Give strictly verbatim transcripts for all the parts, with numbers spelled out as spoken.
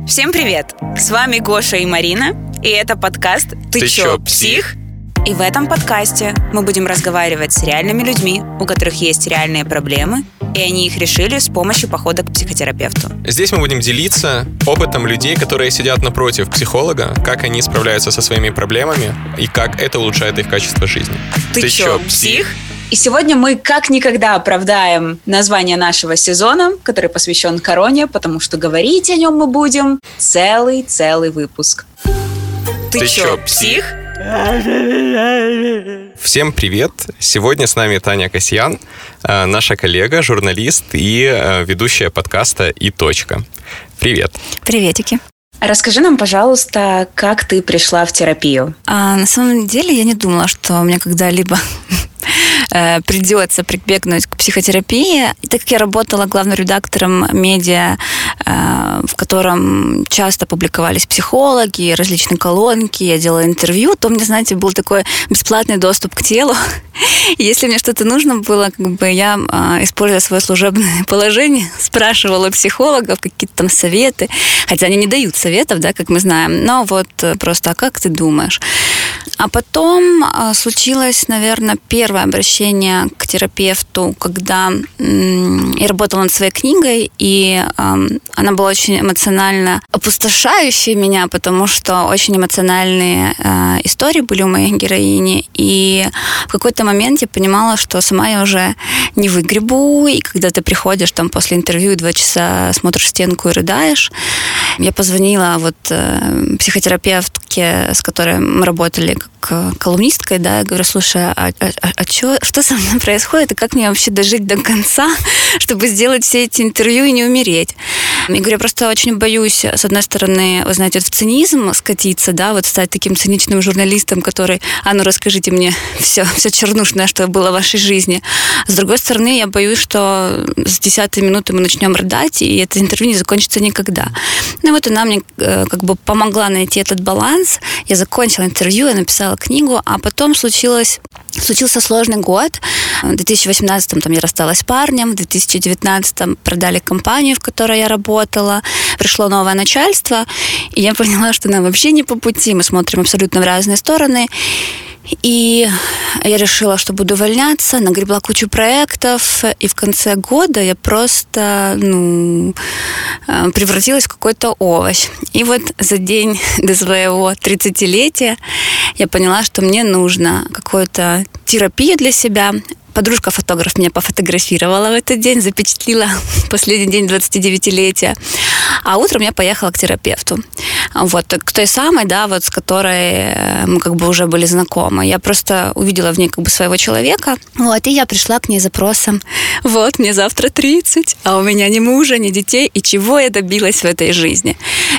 Всем привет! С вами Гоша и Марина, и это подкаст «Ты, Ты чё, псих?». И в этом подкасте мы будем разговаривать с реальными людьми, у которых есть реальные проблемы, и они их решили с помощью похода к психотерапевту. Здесь мы будем делиться опытом людей, которые сидят напротив психолога, как они справляются со своими проблемами и как это улучшает их качество жизни. Ты, Ты чё, псих? псих? И сегодня мы как никогда оправдаем название нашего сезона, который посвящен короне, потому что говорить о нем мы будем целый-целый выпуск. Ты, Ты чё, псих? Всем привет! Сегодня с нами Таня Касьян, наша коллега, журналист и ведущая подкаста «И точка». Привет! Приветики! Расскажи нам, пожалуйста, как ты пришла в терапию? А, на самом деле я не думала, что мне когда-либо придется прибегнуть к психотерапии. И так как я работала главным редактором медиа, в котором часто публиковались психологи, различные колонки, я делала интервью, то мне, знаете, был такой бесплатный доступ к телу. И если мне что-то нужно было, как бы я, используя свое служебное положение, спрашивала психологов какие-то там советы, хотя они не дают советов, да, как мы знаем, но вот просто, а как ты думаешь? А потом случилось, наверное, первое обращение к терапевту, когда я работала над своей книгой, и она была очень эмоционально опустошающей меня, потому что очень эмоциональные истории были у моей героини, и в какой-то момент я понимала, что сама я уже не выгребу, и когда ты приходишь там после интервью, два часа смотришь в стенку и рыдаешь, я позвонила вот психотерапевтке, с которой мы работали как колумнисткой, да, я говорю, слушай, а, а, а чё, что со мной происходит, и как мне вообще дожить до конца, чтобы сделать все эти интервью и не умереть? Я говорю, я просто очень боюсь, с одной стороны, вы знаете, в цинизм скатиться, да, вот стать таким циничным журналистом, который, а ну расскажите мне все, все чернушное, что было в вашей жизни. С другой стороны, я боюсь, что с десятой минуты мы начнем рыдать, и это интервью не закончится никогда. Ну вот она мне как бы помогла найти этот баланс. Я закончила интервью, я написала книгу, а потом случилось, случился сложный год. В две тысячи восемнадцатом там, я рассталась с парнем, в две тысячи девятнадцатом продали компанию, в которой я работала, пришло новое начальство, и я поняла, что нам вообще не по пути, мы смотрим абсолютно в разные стороны. И я решила, что буду увольняться, нагребла кучу проектов, и в конце года я просто ну, превратилась в какой-то овощ. И вот за день до своего тридцатилетия я поняла, что мне нужно какую-то терапию для себя. Подружка-фотограф меня пофотографировала в этот день, запечатлила последний день двадцатидевятилетия. А утром я поехала к терапевту. Вот, к той самой, да, вот с которой мы как бы уже были знакомы. Я просто увидела в ней как бы своего человека. Вот, и я пришла к ней с запросом. Вот, мне завтра тридцать, а у меня ни мужа, ни детей, и чего я добилась в этой жизни.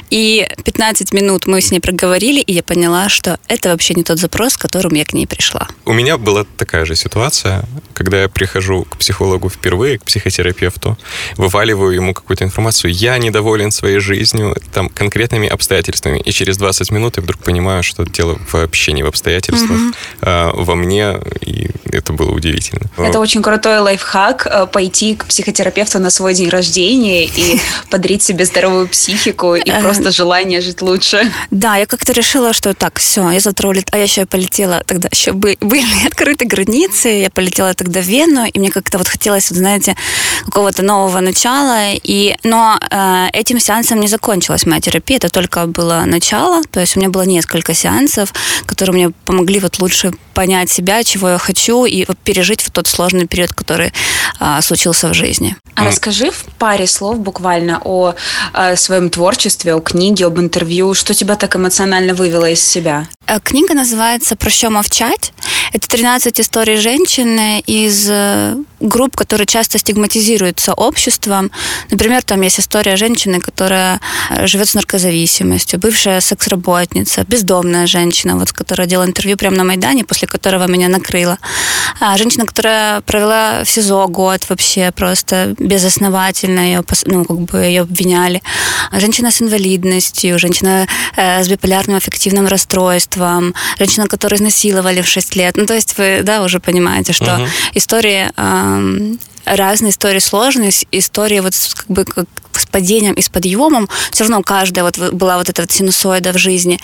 И пятнадцать минут мы с ней проговорили, и я поняла, что это вообще не тот запрос, с которым я к ней пришла. У меня была такая же ситуация, когда я прихожу к психологу впервые, к психотерапевту, вываливаю ему какую-то информацию, я недоволен своей жизнью, там, конкретными обстоятельствами, и через двадцать минут я вдруг понимаю, что дело вообще не в обстоятельствах, mm-hmm. а во мне, и это было удивительно. Это очень крутой лайфхак, пойти к психотерапевту на свой день рождения и подарить себе здоровую психику и просто желание жить лучше. Да, я как-то решила, что так, все, я завтра улетаю, а я еще полетела, тогда еще были открыты границы, я полетела тогда в Вену, и мне как-то вот хотелось, вот, знаете, какого-то нового начала, и, но э, этим сеансом не закончилась моя терапия, это только было начало, то есть у меня было несколько сеансов, которые мне помогли вот лучше понять себя, чего я хочу, и пережить вот тот сложный период, который э, случился в жизни. А расскажи в паре слов буквально о, о своем творчестве, о книге, об интервью, что тебя так эмоционально вывело из себя? Книга называется «Про що мовчать». Это тринадцать историй женщин из групп, которые часто стигматизируются обществом. Например, там есть история женщины, которая живет с наркозависимостью, бывшая секс-работница, бездомная женщина, вот, которая делала интервью прямо на Майдане, после которого меня накрыло. А женщина, которая провела в СИЗО год вообще просто безосновательно, ее, ну, как бы ее обвиняли. Женщина с инвалидностью, женщина э, с биполярным аффективным расстройством, женщина, которую изнасиловали в шесть лет. Ну, то есть вы, да, уже понимаете, что uh-huh. истории... Э, разные истории, сложные истории, вот как бы как с падением и с подъемом. Все равно каждая вот была вот эта вот синусоида в жизни.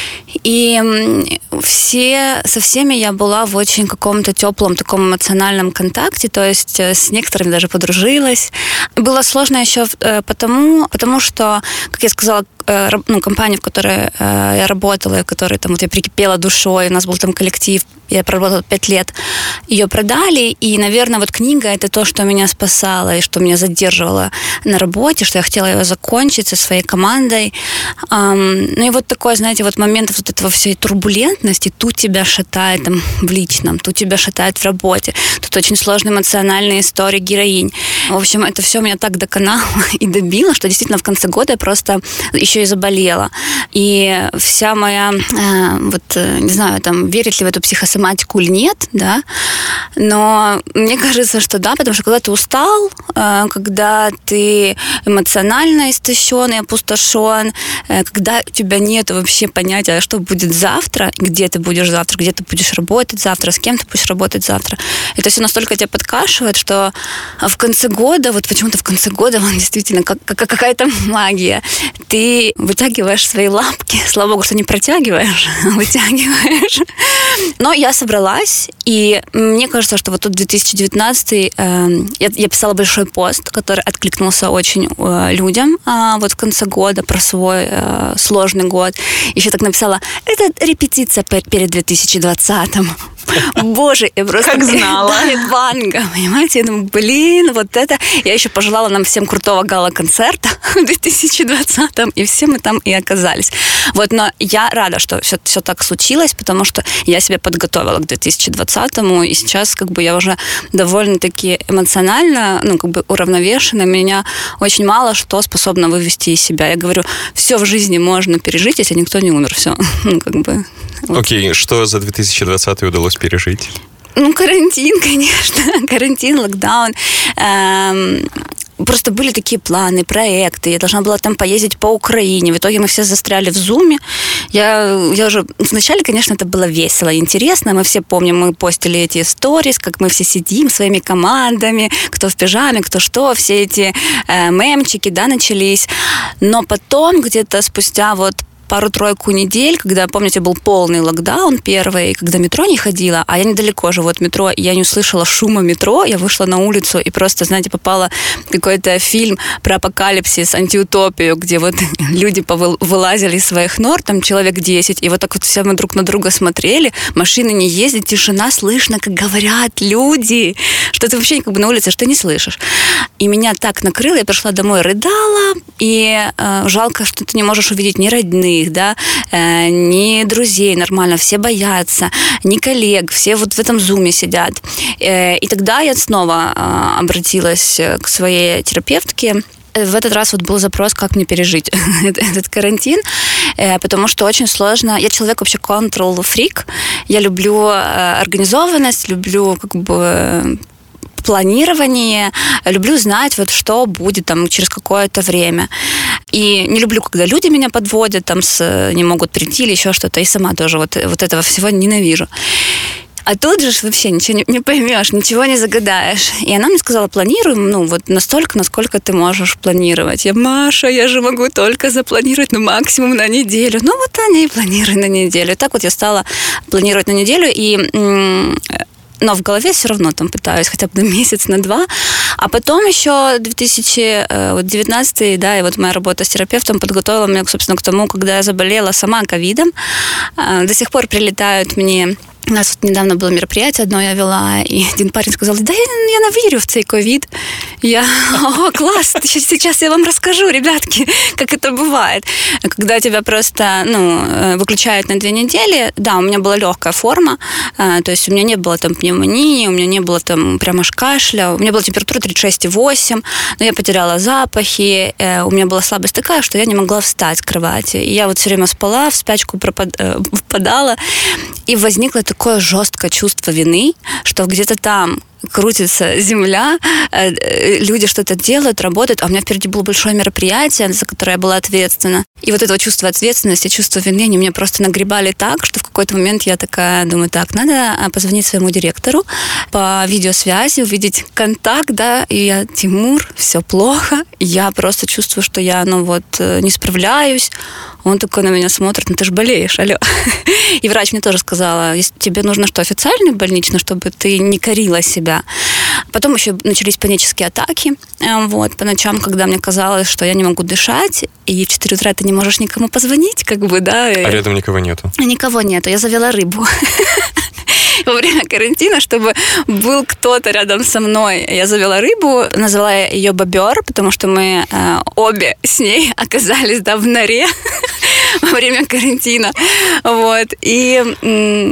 И все, со всеми я была в очень каком-то теплом таком эмоциональном контакте, то есть с некоторыми даже подружилась. Было сложно еще потому, потому что, как я сказала, ну, компания, в которой я работала, в которой там вот я прикипела душой, у нас был там коллектив, я проработала пять лет, ее продали, и, наверное, вот книга — это то, что меня спасало и что меня задерживало на работе, что я хотела ее закончить со своей командой. Ну и вот такой, знаете, вот момент вот этого всей турбулентности, тут тебя шатает там в личном, тут тебя шатает в работе, тут очень сложные эмоциональные истории героинь. В общем, это все меня так доконало и добило, что действительно в конце года я просто еще и заболела. И вся моя, э, вот, не знаю, там, верит ли в эту психосоматику или нет, да, но мне кажется, что да, потому что когда ты устал, э, когда ты эмоционально истощен и опустошен, э, когда у тебя нет вообще понятия, что будет завтра, где ты будешь завтра, где ты будешь работать завтра, с кем ты будешь работать завтра, это все настолько тебя подкашивает, что в конце года, вот почему-то в конце года он действительно как, как какая-то магия. Ты вытягиваешь свои лапки, слава богу, что не протягиваешь, а вытягиваешь. Но я собралась, и мне кажется, что вот тут две тысячи девятнадцатый э, я, я писала большой пост, который откликнулся очень э, людям э, вот в конце года про свой э, сложный год. Еще так написала: это репетиция перед две тысячи двадцатым. Боже, я просто... Как знала. Да, банга, понимаете? Я думаю, блин, вот это... Я еще пожелала нам всем крутого гала-концерта в две тысячи двадцатом, и все мы там и оказались. Вот, но я рада, что все, все так случилось, потому что я себя подготовила к две тысячи двадцатому, и сейчас как бы я уже довольно-таки эмоционально, ну, как бы уравновешена. Меня очень мало что способно вывести из себя. Я говорю, все в жизни можно пережить, если никто не умер. Все, ну, как бы... Вот. Окей, что за две тысячи двадцатый удалось пережить? Ну, карантин, конечно. Карантин, локдаун. Эм, просто были такие планы, проекты. Я должна была там поездить по Украине. В итоге мы все застряли в Зуме. Я, я уже... Вначале, конечно, это было весело и интересно. Мы все помним, мы постили эти сторис, как мы все сидим своими командами, кто в пижаме, кто что. Все эти э, мемчики, да, начались. Но потом, где-то спустя вот пару-тройку недель, когда, помните, был полный локдаун первый, когда метро не ходила, а я недалеко живу от метро, и я не услышала шума метро, я вышла на улицу и просто, знаете, попала в какой-то фильм про апокалипсис, антиутопию, где вот люди вылазили из своих нор, там человек десять, и вот так вот все мы друг на друга смотрели, машины не ездят, тишина, слышно, как говорят люди, что ты вообще как бы на улице, что ты не слышишь. И меня так накрыло, я пришла домой, рыдала, и э, жалко, что ты не можешь увидеть ни родных, да, э, ни друзей нормально, все боятся, ни коллег, все вот в этом зуме сидят. Э, и тогда я снова э, обратилась к своей терапевтке. В этот раз вот был запрос, как мне пережить этот карантин, э, потому что очень сложно. Я человек вообще control-freak, я люблю э, организованность, люблю как бы... планирование, люблю знать, вот что будет там через какое-то время. И не люблю, когда люди меня подводят, там с, не могут прийти или еще что-то, и сама тоже вот, вот этого всего ненавижу. А тут же вообще ничего не, не поймешь, ничего не загадаешь. И она мне сказала, планируй, ну, вот настолько, насколько ты можешь планировать. Я, Маша, я же могу только запланировать, ну, максимум на неделю. Ну, вот они и планируй на неделю. И так вот я стала планировать на неделю, и... М- но в голове все равно там пытаюсь хотя бы на месяц, на два. А потом еще две тысячи девятнадцатый, да, и вот моя работа с терапевтом подготовила меня, собственно, к тому, когда я заболела сама ковидом. До сих пор прилетают мне... У нас вот недавно было мероприятие одно, я вела, и один парень сказал, да я, я навірю в цей ковид. Я, о, класс, сейчас я вам расскажу, ребятки, как это бывает. Когда тебя просто, ну, выключают на две недели, да, у меня была легкая форма, то есть у меня не было там пневмонии, у меня не было там прямо аж кашля, у меня была температура тридцать шесть и восемь, но я потеряла запахи, у меня была слабость такая, что я не могла встать с кровати. И я вот все время спала, в спячку впадала, и возникло такое жесткое чувство вины, что где-то там, крутится земля, люди что-то делают, работают, а у меня впереди было большое мероприятие, за которое я была ответственна. И вот это чувство ответственности, чувство вины, они меня просто нагребали так, что в какой-то момент я такая думаю, так, надо позвонить своему директору по видеосвязи, увидеть контакт, да, и я, Тимур, все плохо, я просто чувствую, что я, ну вот, не справляюсь. Он такой на меня смотрит, ну ты же болеешь, алло. И врач мне тоже сказала, тебе нужно что, официальный больничный, чтобы ты не корила себя. Потом еще начались панические атаки, вот, по ночам, когда мне казалось, что я не могу дышать, и в четыре утра ты не можешь никому позвонить, как бы, да. А рядом никого нету? Никого нету, я завела рыбу. Во время карантина, чтобы был кто-то рядом со мной. Я завела рыбу, назвала ее Бобер, потому что мы э, обе с ней оказались, да, в норе во время карантина. Вот. И... М-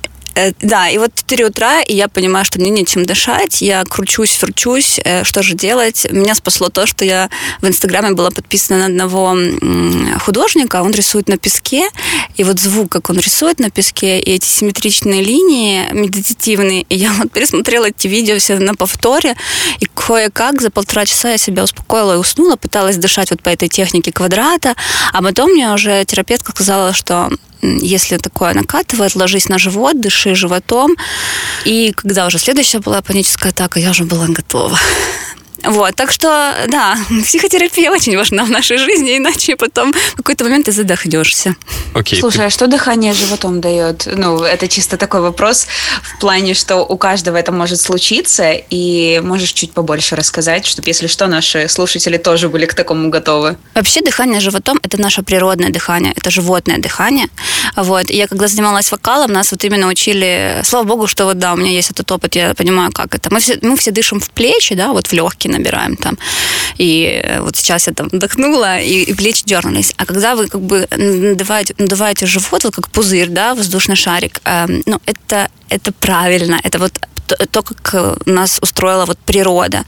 Да, и вот четыре утра, и я понимаю, что мне нечем дышать, я кручусь, ферчусь, что же делать? Меня спасло то, что я в Инстаграме была подписана на одного художника, он рисует на песке, и вот звук, как он рисует на песке, и эти симметричные линии медитативные, и я вот пересмотрела эти видео все на повторе, и кое-как за полтора часа я себя успокоила и уснула, пыталась дышать вот по этой технике квадрата, а потом мне уже терапевтка сказала, что если такое накатывает, ложись на живот, дыши животом. И когда уже следующая была паническая атака, я уже была готова. Вот, так что, да, психотерапия очень важна в нашей жизни, иначе потом в какой-то момент ты задохнешься. Okay, Слушай, ты... а что дыхание животом дает? Ну, это чисто такой вопрос в плане, что у каждого это может случиться, и можешь чуть побольше рассказать, чтобы, если что, наши слушатели тоже были к такому готовы. Вообще дыхание животом – это наше природное дыхание, это животное дыхание. Вот. И я когда занималась вокалом, нас вот именно учили, слава богу, что вот да, у меня есть этот опыт, я понимаю, как это. Мы все, мы все дышим в плечи, да, вот в легкие набираем там. И вот сейчас я там вдохнула, и, и плечи дернулись. А когда вы как бы надуваете, надуваете живот, вот как пузырь, да, воздушный шарик, э, ну, это, это правильно. Это вот то, то, как нас устроила вот природа.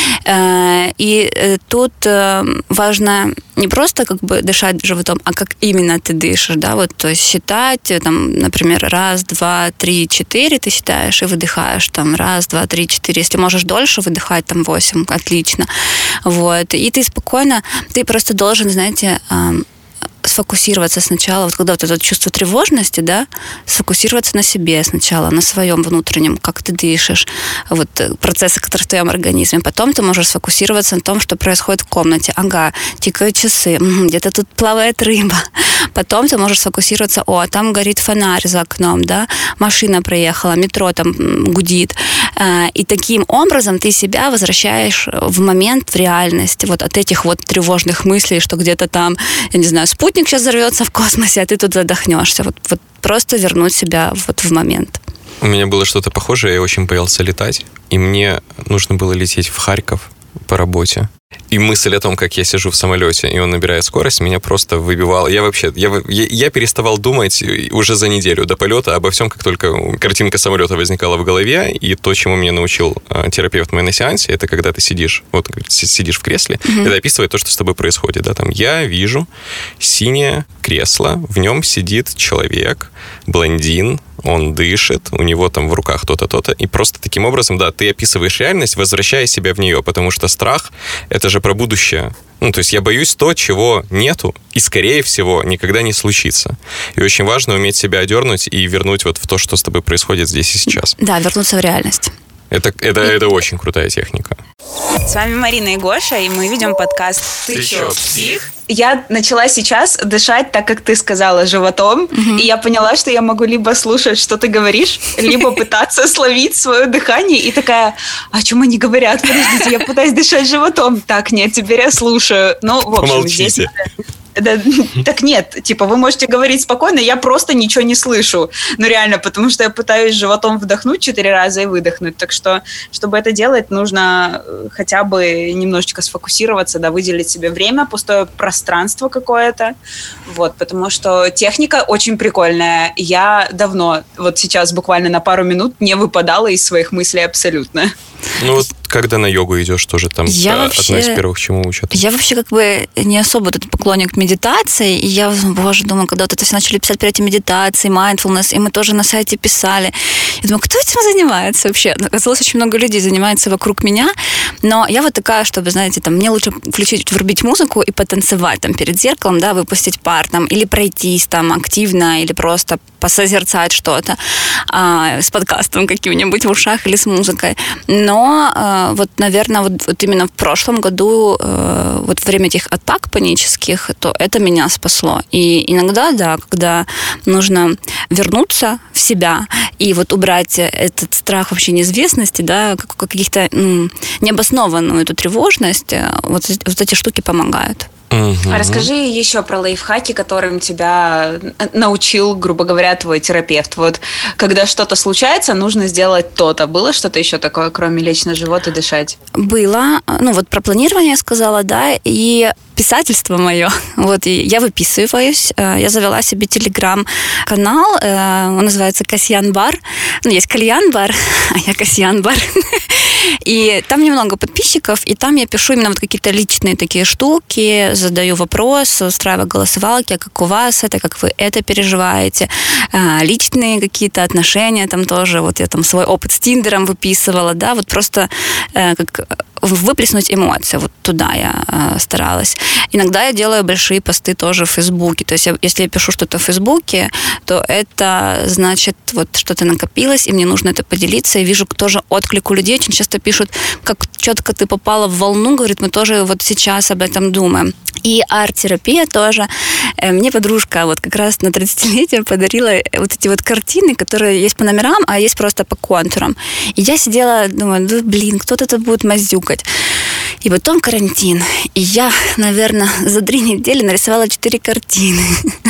Э, и тут важно не просто как бы дышать животом, а как именно ты дышишь, да, вот, то есть считать, там, например, раз, два, три, четыре ты считаешь и выдыхаешь, там, раз, два, три, четыре, если можешь дольше выдыхать, там, восемь, отлично, вот, и ты спокойно, ты просто должен, знаете, сфокусироваться сначала, вот когда вот это чувство тревожности, да, сфокусироваться на себе сначала, на своем внутреннем, как ты дышишь, вот процессы, которые в твоем организме. Потом ты можешь сфокусироваться на том, что происходит в комнате. Ага, тикают часы, где-то тут плавает рыба. Потом ты можешь сфокусироваться, о, там горит фонарь за окном, да, машина проехала, метро там гудит. И таким образом ты себя возвращаешь в момент, в реальность, вот от этих вот тревожных мыслей, что где-то там, я не знаю, спутник сейчас взорвется в космосе, а ты тут задохнешься. Вот, вот просто вернуть себя вот в момент. У меня было что-то похожее, я очень боялся летать, и мне нужно было лететь в Харьков по работе. И мысль о том, как я сижу в самолете, и он набирает скорость, меня просто выбивала. Я вообще, я, я, я переставал думать уже за неделю до полета обо всем, как только картинка самолета возникала в голове. И то, чему меня научил э, терапевт мой на сеансе, это когда ты сидишь, вот сидишь в кресле, mm-hmm. это описывает то, что с тобой происходит. Да? Там я вижу синее кресло, в нем сидит человек, блондин, он дышит, у него там в руках то-то, то-то. И просто таким образом, да, ты описываешь реальность, возвращая себя в нее, потому что страх — это же про будущее. Ну, то есть я боюсь то, чего нету, и, скорее всего, никогда не случится. И очень важно уметь себя одернуть и вернуть вот в то, что с тобой происходит здесь и сейчас. Да, вернуться в реальность. Это, это, это очень крутая техника. С вами Марина и Гоша, и мы ведем подкаст «Ты, ты чё, псих?». Я начала сейчас дышать так, как ты сказала, животом, mm-hmm. и я поняла, что я могу либо слушать, что ты говоришь, либо пытаться словить свое дыхание, и такая, о чем они говорят? Подождите, я пытаюсь дышать животом. Так, нет, теперь я слушаю. Ну, в общем, Помолчите. здесь... Да, так нет, типа, вы можете говорить спокойно, я просто ничего не слышу. Ну, реально, потому что я пытаюсь животом вдохнуть четыре раза и выдохнуть. Так что, чтобы это делать, нужно хотя бы немножечко сфокусироваться, да, выделить себе время, пустое пространство какое-то. Вот, потому что техника очень прикольная. Я давно, вот сейчас буквально на пару минут не выпадала из своих мыслей абсолютно. Ну, вот когда на йогу идешь, тоже там я одно вообще, из первых, чему учат? Я вообще как бы не особо этот поклонник медитации, и я, боже, думаю, когда вот это все начали писать про эти медитации, mindfulness, и мы тоже на сайте писали, я думаю, кто этим занимается вообще? Оказалось, очень много людей занимается вокруг меня, но я вот такая, чтобы, знаете, там, мне лучше включить, врубить музыку и потанцевать там перед зеркалом, да, выпустить пар там, или пройтись там активно, или просто посозерцать что-то а, с подкастом каким-нибудь в ушах или с музыкой. Но а, вот, наверное, вот, вот именно в прошлом году, а, вот во время этих атак панических, то это меня спасло. И иногда, да, когда нужно вернуться в себя и вот убрать этот страх вообще неизвестности, да, каких-то ну, необоснованную эту тревожность, вот, вот эти штуки помогают. А расскажи еще про лайфхаки, которым тебя научил, грубо говоря, твой терапевт. Вот когда что-то случается, нужно сделать то-то. Было что-то еще такое, кроме лечь на живот и дышать? Было. Ну вот про планирование я сказала, да, и писательство мое. Вот, и я выписываюсь. Я завела себе телеграм-канал, он называется Касьян Бар. Ну, есть Кальян Бар, а я Касьян Бар. И там немного подписчиков, и там я пишу именно вот какие-то личные такие штуки, задаю вопросы, устраиваю голосовалки, как у вас это, как вы это переживаете, личные какие-то отношения там тоже, вот я там свой опыт с Тиндером выписывала, да, вот просто как выплеснуть эмоции, вот туда я э, старалась. Иногда я делаю большие посты тоже в Фейсбуке, то есть я, если я пишу что-то в Фейсбуке, то это значит, вот что-то накопилось, и мне нужно это поделиться, и вижу тоже отклик у людей, очень часто пишут, как четко ты попала в волну, говорит, мы тоже вот сейчас об этом думаем. И арт-терапия тоже. Мне подружка вот как раз на тридцатилетие подарила вот эти вот картины, которые есть по номерам, а есть просто по контурам. И я сидела, думаю, да, блин, кто-то это будет мазюкать. И потом карантин. И я, наверное, за три недели нарисовала четыре картины.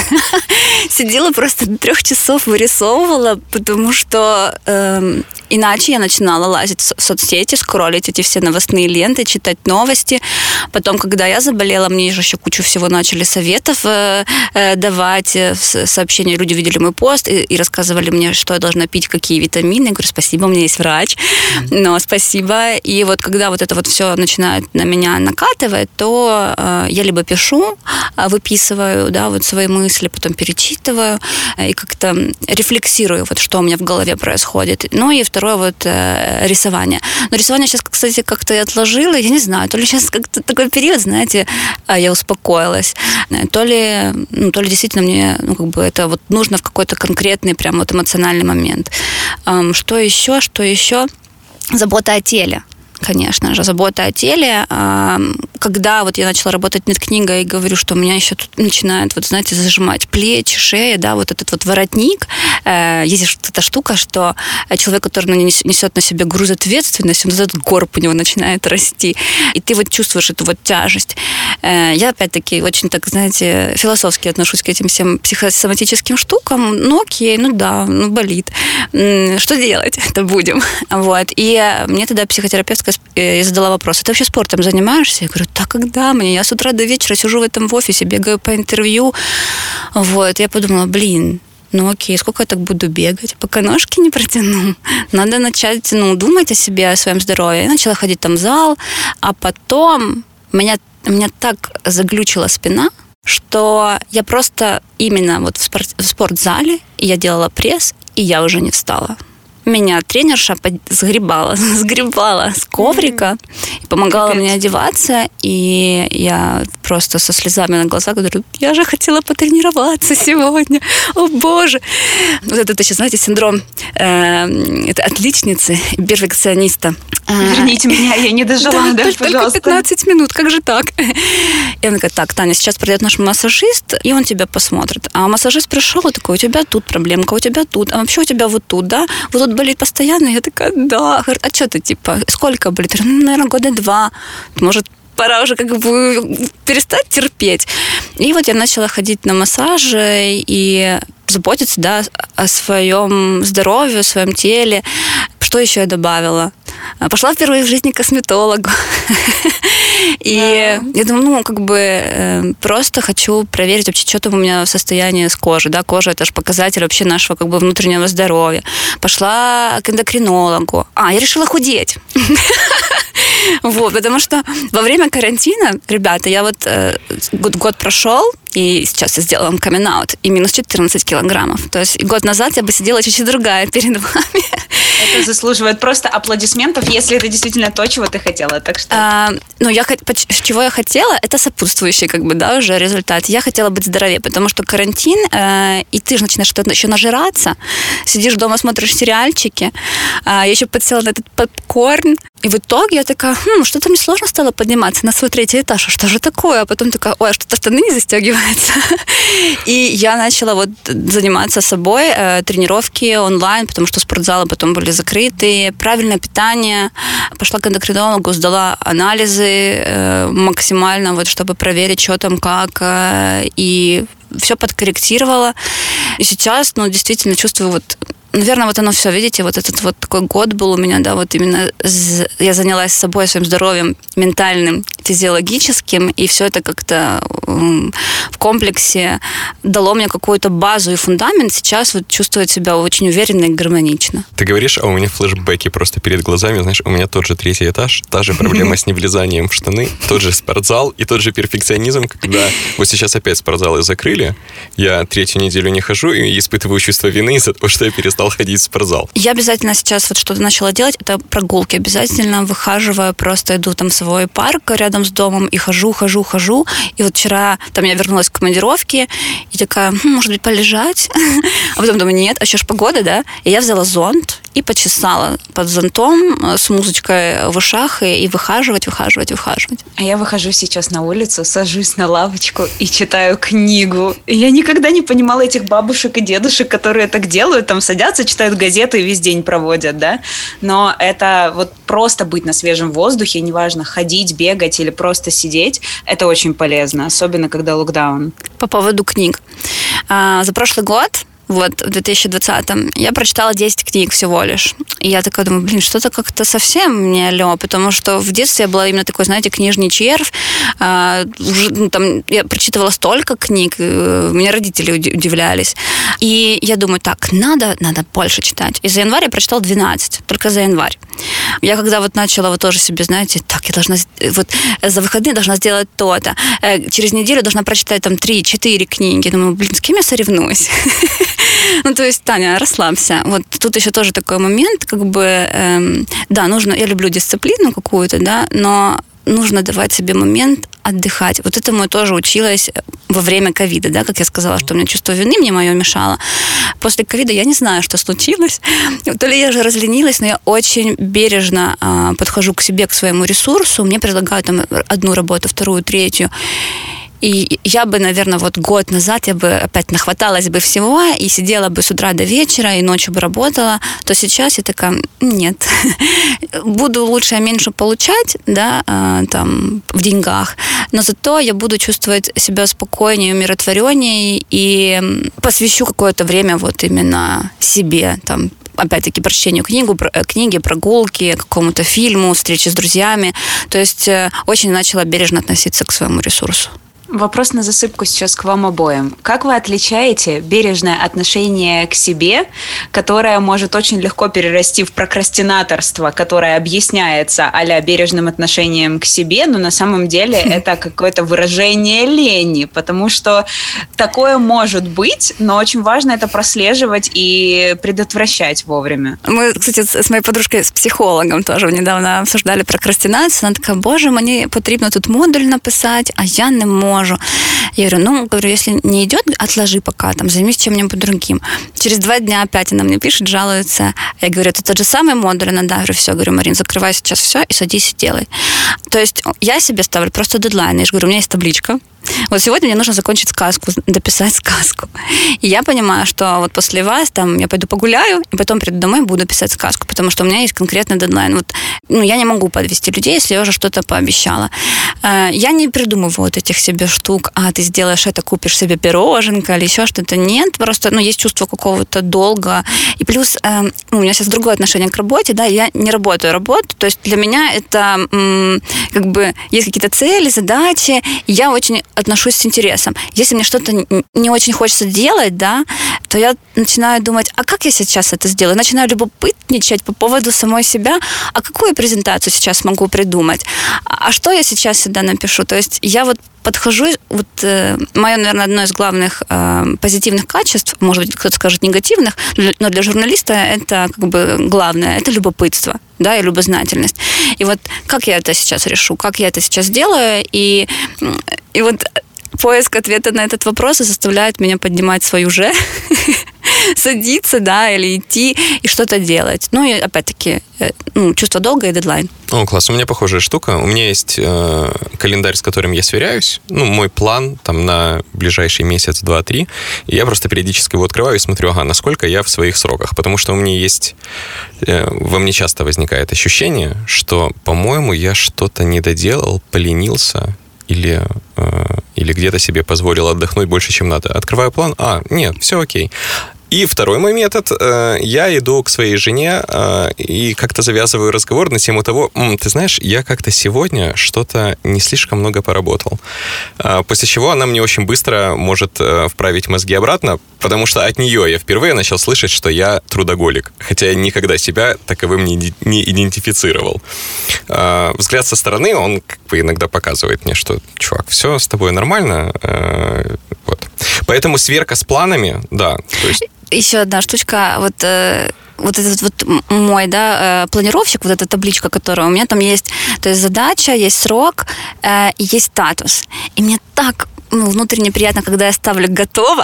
Сидела просто до трех часов вырисовывала, потому что э, иначе я начинала лазить в соцсети, скроллить эти все новостные ленты, читать новости. Потом, когда я заболела, мне же еще кучу всего начали советов э, э, давать, э, сообщения. Люди видели мой пост и, и рассказывали мне, что я должна пить, какие витамины. Я говорю, спасибо, у меня есть врач. Но спасибо. И вот когда вот это вот все начинает на меня накатывать, то э, я либо пишу, выписываю, да, вот свои мысли, потом перечитываю э, и как-то рефлексирую, вот что у меня в голове происходит. Ну и второе вот э, рисование. Но рисование сейчас, кстати, как-то я отложила, я не знаю, то ли сейчас как-то такой период, знаете, я успокоилась, то ли, ну, то ли действительно мне, ну, как бы это вот нужно в какой-то конкретный прям вот эмоциональный момент. Эм, что еще, что еще? Забота о теле. Конечно же, забота о теле. Когда вот я начала работать над книгой и говорю, что у меня еще тут начинает, вот знаете, зажимать плечи, шея, да, вот этот вот воротник. Есть эта штука, что человек, который несет на себе груз ответственности, он этот горб у него начинает расти, и ты вот чувствуешь эту вот тяжесть. Я, опять-таки, очень так, знаете, философски отношусь к этим всем психосоматическим штукам. Ну, окей, ну да, ну болит. Что делать? Это будем. Вот. И мне тогда психотерапевтка я задала вопрос, ты вообще спортом занимаешься? Я говорю, да когда мне? Я с утра до вечера сижу в этом в офисе, бегаю по интервью. Вот. Я подумала, блин, ну окей, сколько я так буду бегать, пока ножки не протяну? Надо начать, ну, думать о себе, о своем здоровье. Я начала ходить там в зал, а потом меня, меня так заглючила спина, что я просто именно вот в, спорт, в спортзале, я делала пресс, и я уже не встала. Меня тренерша сгребала, сгребала с коврика и помогала Капец. мне одеваться, и я просто со слезами на глазах говорю, я же хотела потренироваться сегодня, о боже. Вот это еще, знаете, синдром э, это отличницы, перфекциониста. Верните меня, я не дожила, да, да, только, пожалуйста. Только пятнадцать минут, как же так? И она говорит, так, Таня, сейчас придет наш массажист, и он тебя посмотрит. А массажист пришел и такой, у тебя тут проблемка, у тебя тут, а вообще у тебя вот тут, да? Вот тут болит постоянно? Я такая, да. Говорит, а что ты, типа, сколько болит? Я говорю, ну, наверное, года два. Может, пора уже как бы перестать терпеть. И вот я начала ходить на массажи и заботиться, да, о своем здоровье, о своем теле. Что еще я добавила? Пошла впервые в жизни к косметологу. И я думаю, ну, как бы просто хочу проверить вообще, что там у меня состояние с кожей. Да, кожа – это же показатель вообще нашего как бы внутреннего здоровья. Пошла к эндокринологу. А, я решила худеть. Вот, потому что во время карантина, ребята, я вот э, год, год прошел, и сейчас я сделала вам камин-аут, и минус четырнадцать килограммов. То есть год назад я бы сидела чуть-чуть другая перед вами. Это заслуживает просто аплодисментов, если это действительно то, чего ты хотела. Так что... А, ну, я, чего я хотела, это сопутствующий, как бы, да, уже результат. Я хотела быть здоровее, потому что карантин, э, и ты же начинаешь что-то еще нажираться, сидишь дома, смотришь сериальчики, э, я еще подсела на этот попкорн, и в итоге я такая, хм, что-то мне сложно стало подниматься на свой третий этаж, а что же такое? А потом такая, ой, а что-то штаны не застегиваются. И я начала вот заниматься собой, э, тренировки онлайн, потому что спортзалы потом были закрыты, правильное питание, пошла к эндокринологу, сдала анализы э, максимально, вот, чтобы проверить, что там, как, э, и все подкорректировала. И сейчас, ну, действительно чувствую вот... Наверное, вот оно все, видите, вот этот вот такой год был у меня, да, вот именно я занялась собой, своим здоровьем ментальным, физиологическим, и все это как-то в комплексе дало мне какую-то базу и фундамент. Сейчас вот чувствую себя очень уверенно и гармонично. Ты говоришь, а у меня флешбеки просто перед глазами, знаешь, у меня тот же третий этаж, та же проблема с невлезанием в штаны, тот же спортзал и тот же перфекционизм, когда вот сейчас опять спортзалы закрыли, я третью неделю не хожу и испытываю чувство вины из-за того, что я перестал ходить в спортзал. Я обязательно сейчас вот что-то начала делать, это прогулки. Обязательно выхаживаю, просто иду там в свой парк рядом с домом и хожу, хожу, хожу. И вот вчера там я вернулась к командировке и такая, хм, может быть, полежать? А потом думаю, нет, а еще ж погода, да? И я взяла зонт и почесала под зонтом с музычкой в ушах и, и выхаживать, выхаживать, выхаживать. А я выхожу сейчас на улицу, сажусь на лавочку и читаю книгу. И я никогда не понимала этих бабушек и дедушек, которые так делают, там садятся, читают газеты и весь день проводят, да? Но это вот просто быть на свежем воздухе, неважно, ходить, бегать или просто сидеть, это очень полезно, особенно когда локдаун. По поводу книг. А, за прошлый год, вот, в две тысячи двадцатом, я прочитала десять книг всего лишь. И я такая думаю, блин, что-то как-то совсем не алё, потому что в детстве я была именно такой, знаете, книжный червь. А, уже, ну, там, я прочитывала столько книг, меня родители удивлялись. И я думаю, так, надо, надо больше читать. И за январь я прочитала двенадцать, только за январь. Я когда вот начала вот тоже себе, знаете, так, я должна, вот за выходные должна сделать то-то, через неделю должна прочитать там три-четыре книги. Думаю, блин, с кем я соревнуюсь? Ну, то есть, Таня, расслабься. Вот тут еще тоже такой момент, как бы, эм, да, нужно, я люблю дисциплину какую-то, да, но нужно давать себе момент отдыхать. Вот этому я тоже училась во время ковида, да, как я сказала, что у меня чувство вины мне мое мешало. После ковида я не знаю, что случилось. То ли я уже разленилась, но я очень бережно а, подхожу к себе, к своему ресурсу. Мне предлагают там одну работу, вторую, третью. И я бы, наверное, вот год назад я бы опять нахваталась бы всего и сидела бы с утра до вечера и ночью бы работала, то сейчас я такая, нет, буду лучше, меньше получать, да, там, в деньгах, но зато я буду чувствовать себя спокойнее, умиротвореннее и посвящу какое-то время вот именно себе, там, опять-таки, прочтению книгу, книги, прогулки, какому-то фильму, встрече с друзьями. То есть очень начала бережно относиться к своему ресурсу. Вопрос на засыпку сейчас к вам обоим. Как вы отличаете бережное отношение к себе, которое может очень легко перерасти в прокрастинаторство, которое объясняется а-ля бережным отношением к себе, но на самом деле это какое-то выражение лени, потому что такое может быть, но очень важно это прослеживать и предотвращать вовремя. Мы, кстати, с моей подружкой, с психологом тоже недавно обсуждали прокрастинацию. Она такая, боже, мені потрібно тут модуль написать, а я не можу. Я говорю, ну, говорю, если не идет, отложи пока, там, займись чем-нибудь другим. Через два дня опять она мне пишет, жалуется. Я говорю, это тот же самый модуль? Она, да, говорю, все, говорю, Марин, закрывай сейчас все и садись и делай. То есть я себе ставлю просто дедлайны. Я же говорю, у меня есть табличка, Вот сегодня мне нужно закончить сказку, дописать сказку. И я понимаю, что вот после вас там я пойду погуляю, и потом приду домой и буду писать сказку, потому что у меня есть конкретный дедлайн. Вот, ну, я не могу подвести людей, если я уже что-то пообещала. Я не придумываю вот этих себе штук, а ты сделаешь это, купишь себе пироженка или еще что-то. Нет, просто, ну, есть чувство какого-то долга. И плюс ну, у меня сейчас другое отношение к работе, да, я не работаю работу, то есть для меня это как бы есть какие-то цели, задачи, и я очень отношусь с интересом. Если мне что-то не очень хочется делать, да, то я начинаю думать, а как я сейчас это сделаю? Начинаю любопытничать по поводу самой себя, а какую презентацию сейчас могу придумать? А что я сейчас сюда напишу? То есть я вот подхожу, вот э, мое, наверное, одно из главных э, позитивных качеств, может быть, кто-то скажет негативных, но для журналиста это как бы главное, это любопытство, да, и любознательность. И вот как я это сейчас решу, как я это сейчас делаю, и, и вот поиск ответа на этот вопрос заставляет меня поднимать свою же, садиться, да, или идти и что-то делать. Ну, и опять-таки, ну, чувство долга и дедлайн. О, класс, у меня похожая штука. У меня есть э, календарь, с которым я сверяюсь. Ну, мой план там на ближайший месяц, два, три. И я просто периодически его открываю и смотрю, ага, насколько я в своих сроках. Потому что у меня есть... Э, во мне часто возникает ощущение, что, по-моему, я что-то не доделал, поленился или... Э, или где-то себе позволил отдохнуть больше, чем надо. Открываю план, а, нет, все окей. И второй мой метод, э, я иду к своей жене э, и как-то завязываю разговор на тему того, М, ты знаешь, я как-то сегодня что-то не слишком много поработал. Э, после чего она мне очень быстро может э, вправить мозги обратно, потому что от нее я впервые начал слышать, что я трудоголик, хотя я никогда себя таковым не, не идентифицировал. Э, взгляд со стороны, он как бы иногда показывает мне, что, чувак, все с тобой нормально. Э, вот. Поэтому сверка с планами, да, то есть... Еще одна штучка, вот, э, вот этот вот мой, да, э, планировщик, вот эта табличка, которая у меня там есть, то есть задача, есть срок, э, и есть статус. И мне так ну, внутренне приятно, когда я ставлю «готово».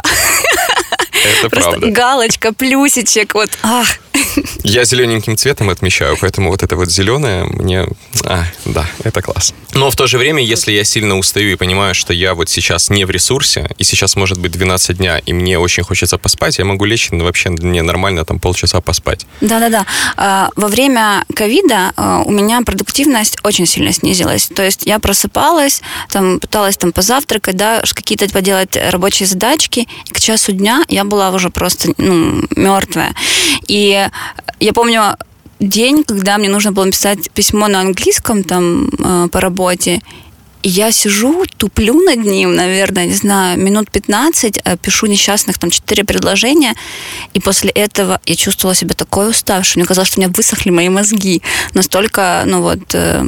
Это просто правда. Галочка, плюсичек, вот, ах. Я зелененьким цветом отмечаю, поэтому вот это вот зеленое мне... А, да, это класс. Но в то же время, если я сильно устаю и понимаю, что я вот сейчас не в ресурсе, и сейчас может быть двенадцать дня, и мне очень хочется поспать, я могу лечь и вообще мне нормально там полчаса поспать. Да-да-да. Во время ковида у меня продуктивность очень сильно снизилась. То есть я просыпалась, там, пыталась там позавтракать, да, какие-то поделать рабочие задачки, и к часу дня я была уже просто ну, мертвая. И я помню день, когда мне нужно было написать письмо на английском там по работе, и я сижу, туплю над ним, наверное, не знаю, минут пятнадцать, пишу несчастных там четыре предложения, и после этого я чувствовала себя такой уставшей. Мне казалось, что у меня высохли мои мозги. Настолько, ну вот... Э,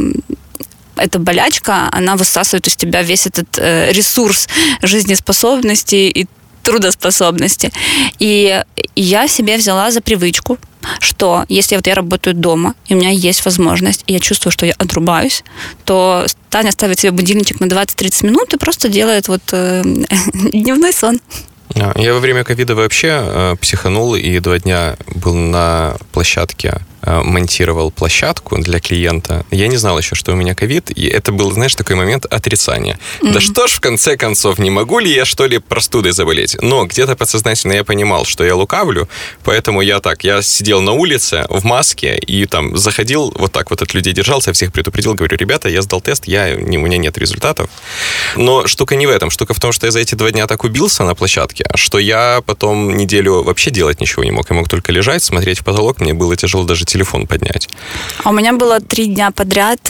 эта болячка, она высасывает из тебя весь этот э, ресурс жизнеспособности и трудоспособности. И я себе взяла за привычку, что если вот я работаю дома, и у меня есть возможность, и я чувствую, что я отрубаюсь, то Таня ставит себе будильничек на двадцать-тридцать минут и просто делает вот э, дневной сон. Я во время ковида вообще э, психанул и два дня был на площадке, э, монтировал площадку для клиента. Я не знал еще, что у меня ковид, и это был, знаешь, такой момент отрицания. Mm-hmm. Да что ж, в конце концов, не могу ли я, что ли, простудой заболеть? Но где-то подсознательно я понимал, что я лукавлю, поэтому я так, я сидел на улице в маске и там заходил, вот так вот от людей держался, всех предупредил, говорю, ребята, я сдал тест, я, не, у меня нет результатов. Но штука не в этом, штука в том, что я за эти два дня так убился на площадке, что я потом неделю вообще делать ничего не мог. Я мог только лежать, смотреть в потолок. Мне было тяжело даже телефон поднять. А у меня было три дня подряд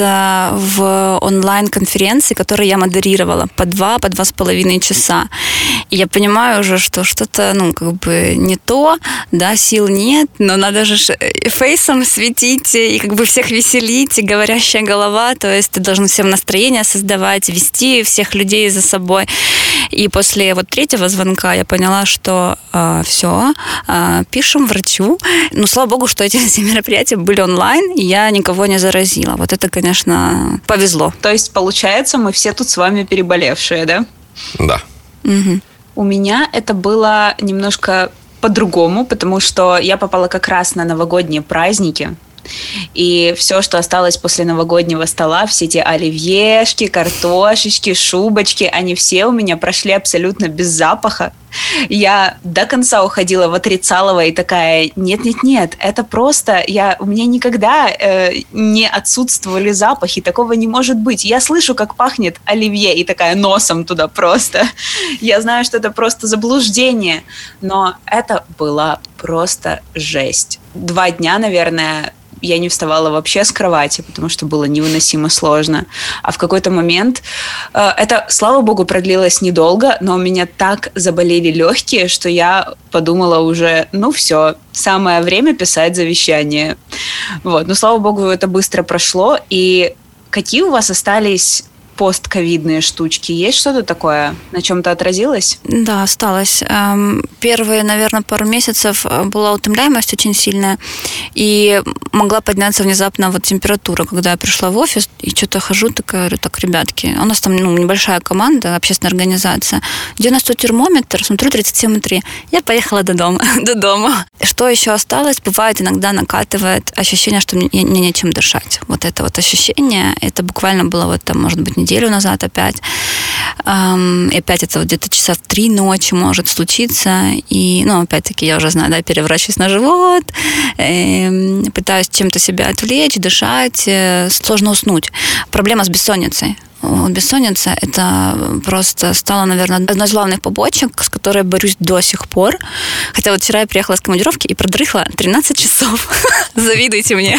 в онлайн-конференции, которые я модерировала по два, по два с половиной часа. И я понимаю уже, что что-то, ну, как бы не то, да, сил нет, но надо же фейсом светить и как бы всех веселить, и говорящая голова, то есть ты должен всем настроение создавать, вести всех людей за собой. И после вот третьего звонка я поняла, что э, все, э, пишем врачу. Ну, слава богу, что эти все мероприятия были онлайн, и я никого не заразила. Вот это, конечно, повезло. То есть, получается, мы все тут с вами переболевшие, да? Да. Угу. У меня это было немножко по-другому, потому что я попала как раз на новогодние праздники. И все, что осталось после новогоднего стола, все эти оливьешки, картошечки, шубочки, они все у меня прошли абсолютно без запаха. Я до конца уходила в отрицалово и такая, нет-нет-нет, это просто, я, у меня никогда э, не отсутствовали запахи, такого не может быть. Я слышу, как пахнет оливье, и такая носом туда просто. Я знаю, что это просто заблуждение, но это была просто жесть. Два дня, наверное, я не вставала вообще с кровати, потому что было невыносимо сложно. А в какой-то момент, э, это, слава богу, продлилось недолго, но у меня так заболели легкие, что я подумала уже, ну все, самое время писать завещание. Вот. Но, слава богу, это быстро прошло. И какие у вас остались постковидные штучки? Есть что-то такое? На чем-то отразилось? Да, осталось. Первые, наверное, пару месяцев была утомляемость очень сильная, и могла подняться внезапно вот температура, когда я пришла в офис, и что-то хожу, такая, говорю, так, ребятки, у нас там ну, небольшая команда, общественная организация, где у нас тут термометр, смотрю, тридцать семь и три. Я поехала до дома. до дома. Что еще осталось? Бывает, иногда накатывает ощущение, что мне, мне нечем дышать. Вот это вот ощущение, это буквально было вот там, может быть, неделю назад опять. И опять это вот где-то часа в три ночи может случиться. И, ну, опять-таки, я уже знаю, да, переворачиваюсь на живот, пытаюсь чем-то себя отвлечь, дышать. Сложно уснуть. Проблема с бессонницей. Бессонница – это просто стало, наверное, одной из главных побочек, с которой борюсь до сих пор. Хотя вот вчера я приехала с командировки и продрыхла тринадцать часов. Завидуйте мне.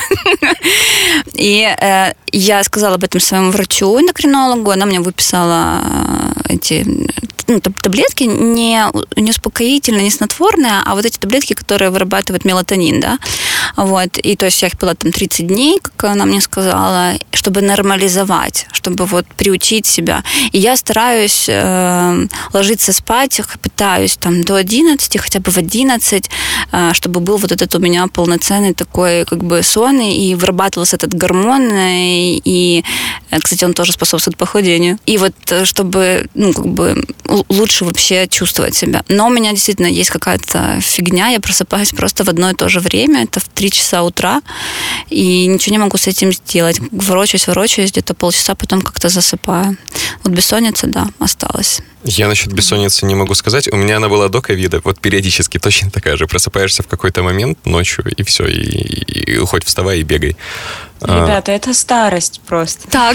И э, я сказала об этом своему врачу, эндокринологу. Она мне выписала эти ну, таблетки, не, не успокоительные, не снотворные, а вот эти таблетки, которые вырабатывают мелатонин, да. Вот. И то есть я их пила там тридцать дней, как она мне сказала, чтобы нормализовать, чтобы вот приучить себя. И я стараюсь э, ложиться спать, пытаюсь там до одиннадцати, хотя бы в одиннадцать, э, чтобы был вот этот у меня полноценный такой как бы сон, и вырабатывался этот гормон, и, и кстати, он тоже способствует похудению. И вот чтобы, ну, как бы лучше вообще чувствовать себя. Но у меня действительно есть какая-то фигня, я просыпаюсь просто в одно и то же время, это в три часа утра, и ничего не могу с этим сделать. Ворочаюсь, ворочаюсь, где-то полчаса, потом как-то засыпаю. Вот бессонница, да, осталась. Я насчет бессонницы не могу сказать. У меня она была до ковида, вот периодически точно такая же. Просыпаешься в какой-то момент ночью, и все, и, и, и хоть вставай и бегай. Ребята, а... это старость просто. Так.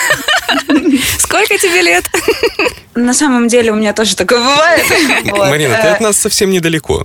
Сколько тебе лет? На самом деле у меня тоже такое бывает. Марина, ты от нас совсем недалеко.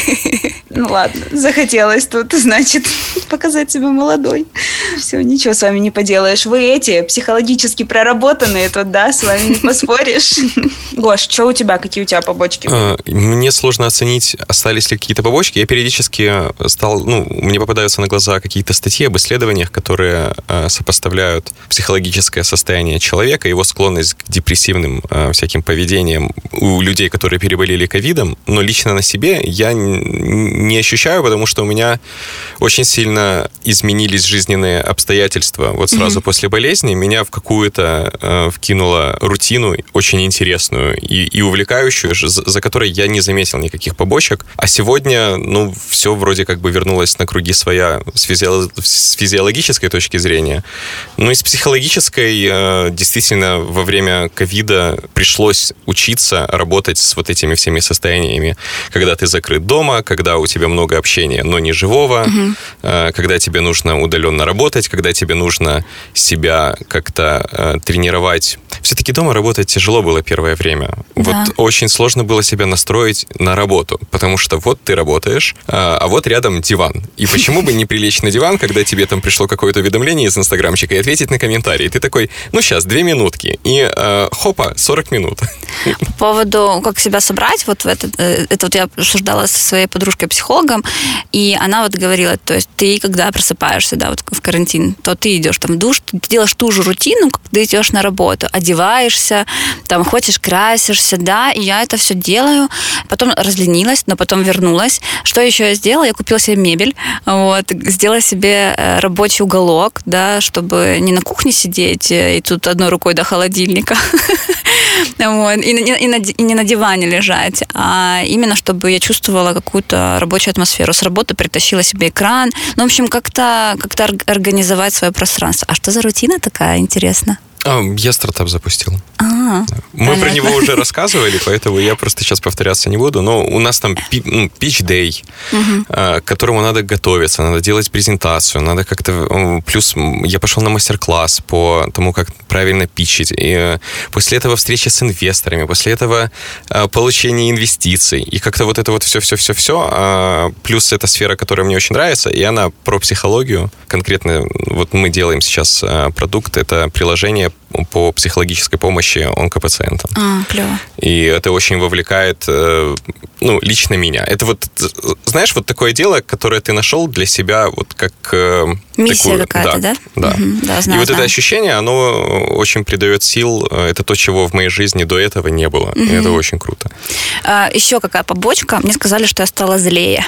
Ну ладно, захотелось тут, значит, показать себя молодой. Все, ничего с вами не поделаешь. Вы эти, психологически проработанные тут, да, с вами не поспоришь. Гош, что у тебя, какие у тебя побочки? Мне сложно оценить, остались ли какие-то побочки. Я периодически стал, ну, мне попадаются на глаза какие-то статьи об исследованиях, которые сопоставляют психологическое состояние человека, его склонность к депрессивным всяким поведениям у людей, которые переболели ковидом, но лично на себе я не ощущаю, потому что у меня очень сильно изменились жизненные обстоятельства. Вот сразу mm-hmm. после болезни меня в какую-то э, вкинула рутину очень интересную и, и увлекающую, за, за которой я не заметил никаких побочек. А сегодня, ну, все вроде как бы вернулось на круги своя с, физио- с физиологической точки зрения. Но и с психологической э, действительно во время ковида пришлось учиться работать с вот этими всеми состояниями, когда ты закрыт дома, когда у тебя много общения, но не живого, угу. э, когда тебе нужно удаленно работать, когда тебе нужно себя как-то э, тренировать. Все-таки дома работать тяжело было первое время. Да. Вот очень сложно было себя настроить на работу, потому что вот ты работаешь, э, а вот рядом диван. И почему бы не прилечь на диван, когда тебе там пришло какое-то уведомление из инстаграмчика и ответить на комментарий. Ты такой, ну сейчас, две минутки. И э, хопа, сорок минут. По поводу, как себя собрать, вот в этот, это вот я обсуждала со своей подружкой-психологом, и она вот говорила, то есть ты, когда просыпаешься, да, вот в карантин, то ты идешь там в душ, ты делаешь ту же рутину, как ты идешь на работу, одеваешься, там ходишь, красишься, да, и я это все делаю, потом разленилась, но потом вернулась. Что еще я сделала? Я купила себе мебель, вот, сделала себе рабочий уголок, да, чтобы не на кухне сидеть и тут одной рукой до холодильника, Вот. И, и, и, на, и не на диване лежать, а именно, чтобы я чувствовала какую-то рабочую атмосферу. С работы притащила себе экран. Ну, в общем, как-то, как-то организовать свое пространство. А что за рутина такая, интересно? Я стартап запустил. А, Мы понятно. Про него уже рассказывали, поэтому я просто сейчас повторяться не буду. Но у нас там ну, pitch-day, угу. к которому надо готовиться, надо делать презентацию, надо как-то... Плюс я пошел на мастер-класс по тому, как правильно питчить. И после этого встреча с инвесторами, после этого получение инвестиций. И как-то вот это вот все-все-все-все. Плюс эта сфера, которая мне очень нравится, и она про психологию. Конкретно вот мы делаем сейчас продукт, это приложение по психологической помощи онкопациентам. А, клево. И это очень вовлекает, ну, лично меня. Это вот, знаешь, вот такое дело, которое ты нашел для себя вот как... Миссия такую, какая-то, да? Да. да. Угу, да, знаю, и вот знаю. это ощущение, оно очень придает сил. Это то, чего в моей жизни до этого не было. Угу. И это очень круто. А, еще какая побочка. Мне сказали, что я стала злее.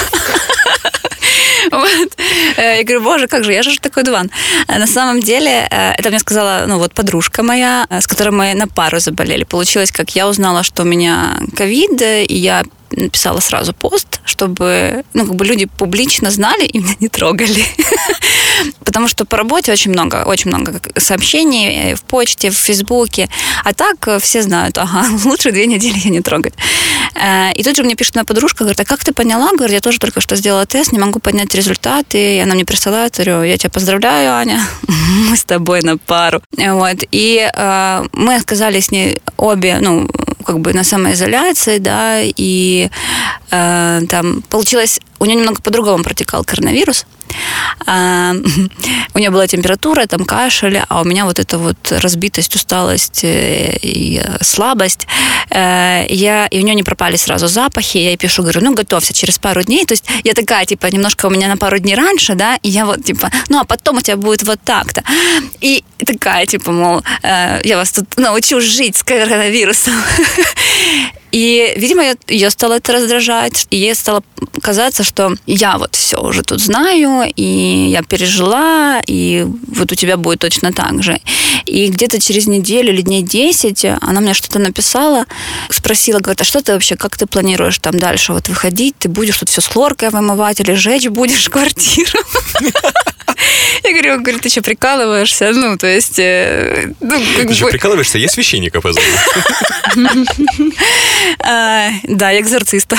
Вот. Я говорю, боже, как же, я же такой дуван. На самом деле, это мне сказала, ну, вот подружка моя, с которой мы на пару заболели. Получилось, как я узнала, что у меня ковид, и я написала сразу пост, чтобы, ну, как бы люди публично знали и меня не трогали. Потому что по работе очень много, очень много сообщений в почте, в Фейсбуке. А так все знают, ага, лучше две недели я не трогать. И тут же мне пишет моя подружка, говорит, а как ты поняла? Говорит, я тоже только что сделала тест, не могу поднять результаты. И она мне присылает, говорю, я тебя поздравляю, Аня, мы с тобой на пару. Вот. И э, мы оказались с ней обе, ну, как бы на самоизоляции, да, и э, там получилось, у нее немного по-другому протекал коронавирус. А, у нее была температура, там кашель, а у меня вот эта вот разбитость, усталость и слабость. Я, и у нее не пропали сразу запахи. Я ей пишу, говорю, ну, готовься через пару дней. То есть я такая, типа, немножко у меня на пару дней раньше, да, и я вот, типа, ну, а потом у тебя будет вот так-то. И такая, типа, мол, я вас тут научу жить с коронавирусом. И, видимо, ее стало это раздражать, и ей стало казаться, что я вот все уже тут знаю, и я пережила, и вот у тебя будет точно так же. И где-то через неделю или дней десять она мне что-то написала, спросила, говорит, а что ты вообще, как ты планируешь там дальше вот выходить, ты будешь тут все с хлоркой вымывать или жечь будешь квартиру? Я говорю, говорит, ты что, прикалываешься? Ну, то есть... Ну, как ты же бы... прикалываешься? Я священника позову. Да, я экзорциста.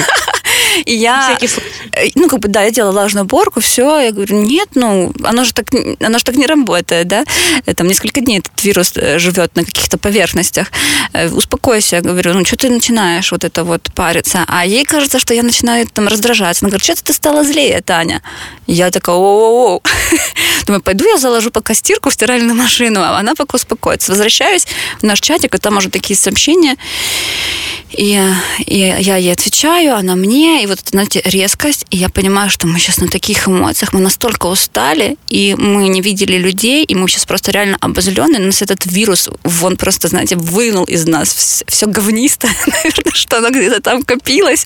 И я, ну, как бы, да, я делала влажную уборку, все, я говорю, нет, ну, оно же так, оно же так не работает, да, там несколько дней этот вирус живет на каких-то поверхностях, успокойся, я говорю, ну, что ты начинаешь вот это вот париться, а ей кажется, что я начинаю там раздражаться, она говорит, что ты стала злее, Таня? Я такая, оу-оу-оу, думаю, пойду я заложу пока стирку в стиральную машину, а она пока успокоится, возвращаюсь в наш чатик, и там уже такие сообщения, и, и я ей отвечаю, она мне, и вот, знаете, резкость, и я понимаю, что мы сейчас на таких эмоциях, мы настолько устали, и мы не видели людей, и мы сейчас просто реально обозлены, нас этот вирус, он просто, знаете, вынул из нас все, все говнистое, наверное, что оно где-то там копилось.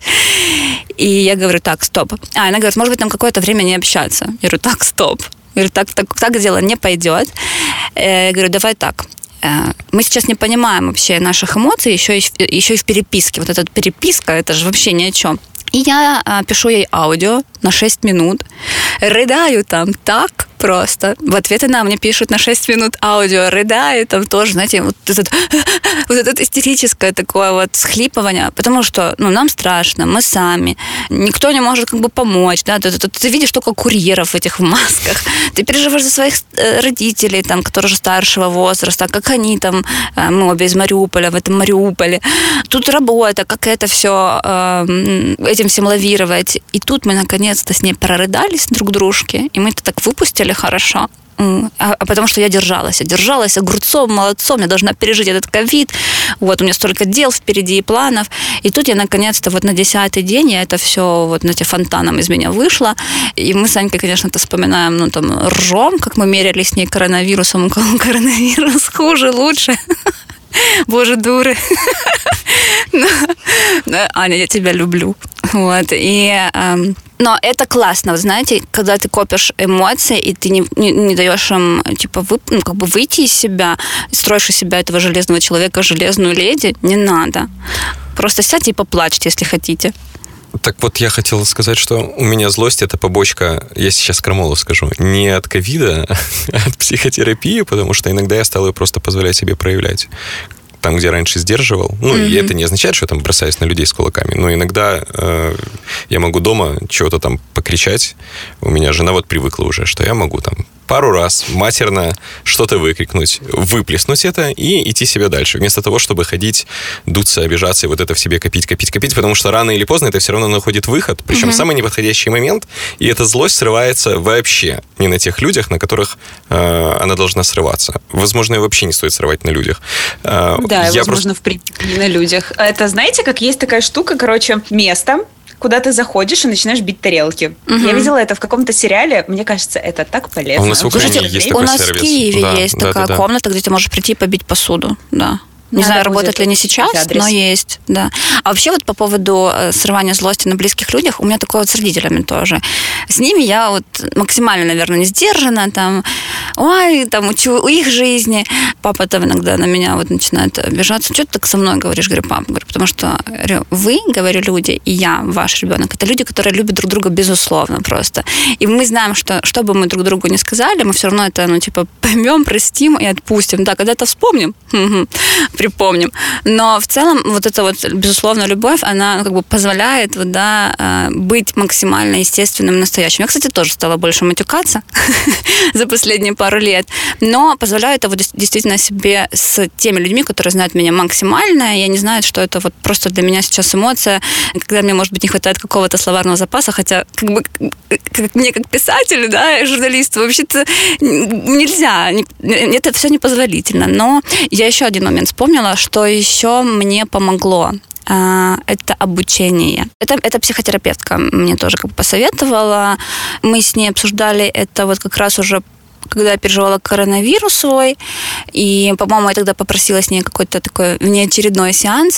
И я говорю, так, стоп. А, она говорит, может быть, нам какое-то время не общаться. Я говорю, так, стоп. Я говорю, так, так, так дело не пойдет. Я говорю, давай так. Мы сейчас не понимаем вообще наших эмоций, еще и, еще и в переписке. Вот эта переписка, это же вообще ни о чем. И я а, пишу ей аудио на шесть минут, рыдаю там так просто. В ответ она мне пишет на шесть минут аудио, рыдаю там тоже, знаете, вот этот, вот это истерическое такое вот схлипывание, потому что, ну, нам страшно, мы сами, никто не может как бы помочь, да, ты, ты, ты видишь только курьеров этих в масках, ты переживаешь за своих родителей, там, которые же старшего возраста, как они там, мы обе из Мариуполя, в этом Мариуполе, тут работа, как это все, этим всем лавировать, и тут мы наконец-то с ней прорыдались друг дружке, и мы это так выпустили хорошо. А, а потому что я держалась. Я держалась огурцом, молодцом. Я должна пережить этот ковид. Вот, у меня столько дел впереди и планов. И тут я наконец-то вот на десятый день я это все вот, знаете, фонтаном из меня вышло. И мы с Анькой, конечно, это вспоминаем, ну, там, ржем, как мы меряли с ней коронавирусом. У кого коронавирус хуже, лучше. Боже, дуры. Аня, я тебя люблю. Вот, и... Эм, но это классно, вот знаете, когда ты копишь эмоции, и ты не, не, не даешь им, типа, вы, ну, как бы выйти из себя, строишь из себя этого железного человека, железную леди, не надо. Просто сядьте и поплачьте, если хотите. Так вот, я хотел сказать, что у меня злость — это побочка, я сейчас крамолу скажу, не от ковида, а от психотерапии, потому что иногда я стал ее просто позволять себе проявлять. Там, где раньше сдерживал. Ну, mm-hmm. и это не означает, что я там бросаюсь на людей с кулаками, но иногда э, я могу дома чего-то там покричать. У меня жена вот привыкла уже, что я могу там пару раз матерно что-то выкрикнуть, выплеснуть это и идти себе дальше. Вместо того, чтобы ходить, дуться, обижаться и вот это в себе копить, копить, копить, потому что рано или поздно это все равно находит выход, причем mm-hmm. в самый неподходящий момент, и эта злость срывается вообще не на тех людях, на которых э, она должна срываться. Возможно, ее вообще не стоит срывать на людях. Э, да, я возможно, просто... в принципе, не на людях. Это, знаете, как есть такая штука, короче, место, куда ты заходишь и начинаешь бить тарелки. Угу. Я видела это в каком-то сериале. Мне кажется, это так полезно. А у нас в Украине есть такой У нас сервис. в Киеве да, есть да, такая да, да. комната, где ты можешь прийти и побить посуду. Да. Не Надо знаю, работает ли они сейчас, адрес. но есть, да. А вообще вот по поводу срывания злости на близких людях, у меня такое вот с родителями тоже. С ними я вот максимально, наверное, не сдержана, там, ой, там, учу их жизни. Папа там иногда на меня вот начинает обижаться. Что ты так со мной говоришь? Говорю, пап, говорю, потому что говорю, вы, говорю, люди, и я, ваш ребенок, это люди, которые любят друг друга безусловно просто. И мы знаем, что что бы мы друг другу не сказали, мы все равно это, ну, типа, поймем, простим и отпустим. Да, когда-то вспомним, припомним. Но в целом вот эта вот безусловная любовь, она, ну, как бы позволяет вот, да, быть максимально естественным, настоящим. Я, кстати, тоже стала больше матюкаться за последние пару лет, но позволяю это вот действительно себе с теми людьми, которые знают меня максимально, и они знают, что это вот просто для меня сейчас эмоция, когда мне, может быть, не хватает какого-то словарного запаса, хотя как бы как мне как писателю, да, журналисту, вообще-то нельзя, это все непозволительно. Но я еще один момент вспомнила, что еще мне помогло. Это обучение. Это, это психотерапевтка мне тоже как бы посоветовала. Мы с ней обсуждали это вот как раз уже когда я переживала коронавирус свой, и, по-моему, я тогда попросила с ней какой-то такой внеочередной сеанс,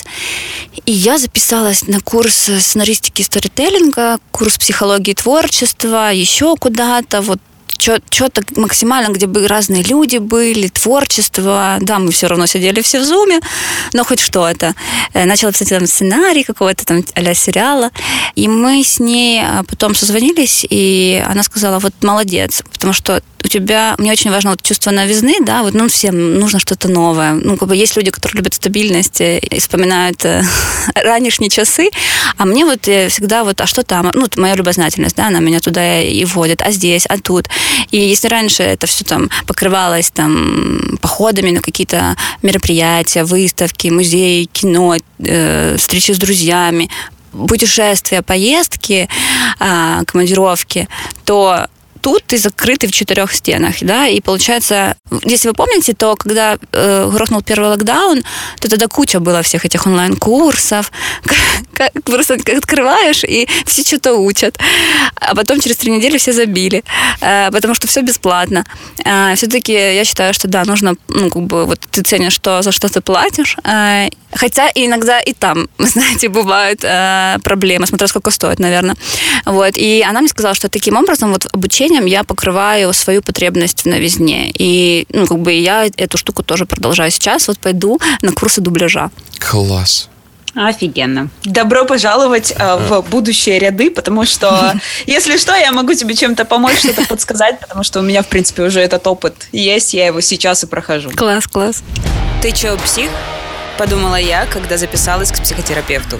и я записалась на курс сценаристики и сторителлинга, курс психологии творчества, еще куда-то, вот что-то максимально, где бы разные люди были, творчество. Да, мы все равно сидели все в зуме, но хоть что-то. Начала писать там сценарий какого-то там а-ля сериала. И мы с ней потом созвонились, и она сказала, вот молодец, потому что у тебя, мне очень важно вот чувство новизны, да, вот, ну, всем нужно что-то новое. Ну, как бы есть люди, которые любят стабильность и вспоминают э, ранешние часы, а мне вот всегда вот, а что там? Ну, моя любознательность, да, она меня туда и вводит, а здесь, а тут. И если раньше это все там покрывалось там походами на какие-то мероприятия, выставки, музеи, кино, э, встречи с друзьями, путешествия, поездки, э, командировки, то тут ты закрытый в четырех стенах, да, и получается, если вы помните, то когда э, грохнул первый локдаун, то тогда куча было всех этих онлайн-курсов, как, просто открываешь, и все что-то учат, а потом через три недели все забили, э, потому что все бесплатно. Э, все-таки я считаю, что да, нужно, ну, как бы, вот ты ценишь, что, за что ты платишь, э, хотя иногда и там, знаете, бывают э, проблемы, смотря сколько стоит, наверное. Вот, и она мне сказала, что таким образом вот обучение я покрываю свою потребность в новизне. И, ну, как бы я эту штуку тоже продолжаю сейчас. Вот пойду на курсы дубляжа. Класс. Офигенно. Добро пожаловать э, в будущие ряды, потому что, если что, я могу тебе чем-то помочь, что-то подсказать, потому что у меня, в принципе, уже этот опыт есть, я его сейчас и прохожу. Класс, класс. Ты чё, псих? Подумала я, когда записалась к психотерапевту.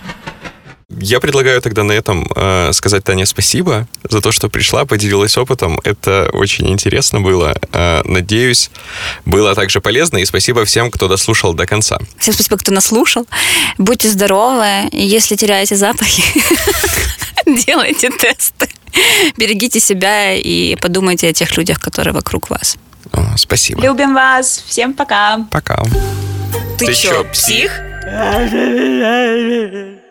Я предлагаю тогда на этом э, сказать Тане спасибо за то, что пришла, поделилась опытом. Это очень интересно было. Э, надеюсь, было также полезно. И спасибо всем, кто дослушал до конца. Всем спасибо, кто нас слушал. Будьте здоровы. Если теряете запахи, делайте тесты. Берегите себя и подумайте о тех людях, которые вокруг вас. О, спасибо. Любим вас. Всем пока. Пока. Ты, Ты чё, псих?